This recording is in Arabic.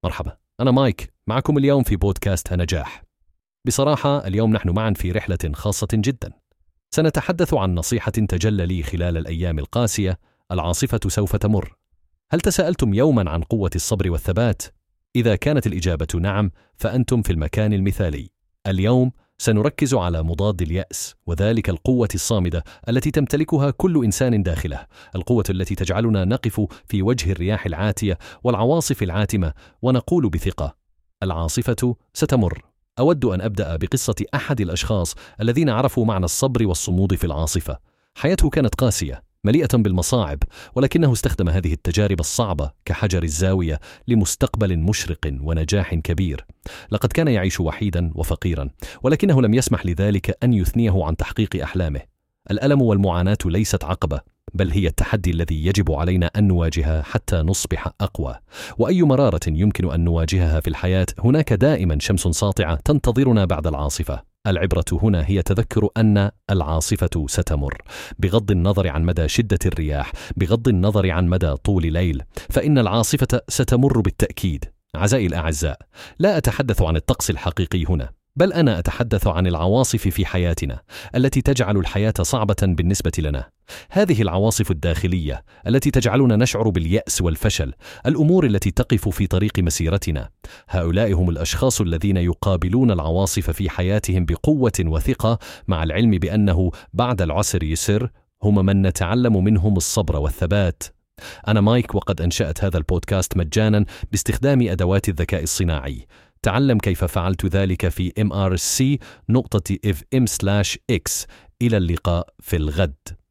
مرحبا، أنا مايك معكم اليوم في بودكاست نجاح. بصراحة اليوم نحن معا في رحلة خاصة جدا. سنتحدث عن نصيحة تجلى لي خلال الأيام القاسية: العاصفة سوف تمر. هل تساءلتم يوما عن قوة الصبر والثبات؟ إذا كانت الإجابة نعم، فأنتم في المكان المثالي. اليوم سنركز على مضاد اليأس، وذلك القوة الصامدة التي تمتلكها كل إنسان داخله، القوة التي تجعلنا نقف في وجه الرياح العاتية والعواصف العاتمة ونقول بثقة: العاصفة ستمر. أود أن أبدأ بقصة أحد الأشخاص الذين عرفوا معنى الصبر والصمود في العاصفة. حياته كانت قاسية مليئة بالمصاعب، ولكنه استخدم هذه التجارب الصعبة كحجر الزاوية لمستقبل مشرق ونجاح كبير. لقد كان يعيش وحيدا وفقيرا، ولكنه لم يسمح لذلك أن يثنيه عن تحقيق أحلامه. الألم والمعاناة ليست عقبة، بل هي التحدي الذي يجب علينا أن نواجهه حتى نصبح أقوى. وأي مرارة يمكن أن نواجهها في الحياة، هناك دائما شمس ساطعة تنتظرنا بعد العاصفة. العبرة هنا هي تذكر أن العاصفة ستمر، بغض النظر عن مدى شدة الرياح، بغض النظر عن مدى طول الليل، فإن العاصفة ستمر بالتأكيد. أعزائي الأعزاء، لا أتحدث عن الطقس الحقيقي هنا، بل أنا أتحدث عن العواصف في حياتنا التي تجعل الحياة صعبة بالنسبة لنا. هذه العواصف الداخلية التي تجعلنا نشعر باليأس والفشل، الأمور التي تقف في طريق مسيرتنا. هؤلاء هم الأشخاص الذين يقابلون العواصف في حياتهم بقوة وثقة، مع العلم بأنه بعد العسر يسر. هم من نتعلم منهم الصبر والثبات. أنا مايك، وقد أنشأت هذا البودكاست مجانا باستخدام أدوات الذكاء الصناعي. تعلم كيف فعلت ذلك في mrc.fm/x. إلى اللقاء في الغد.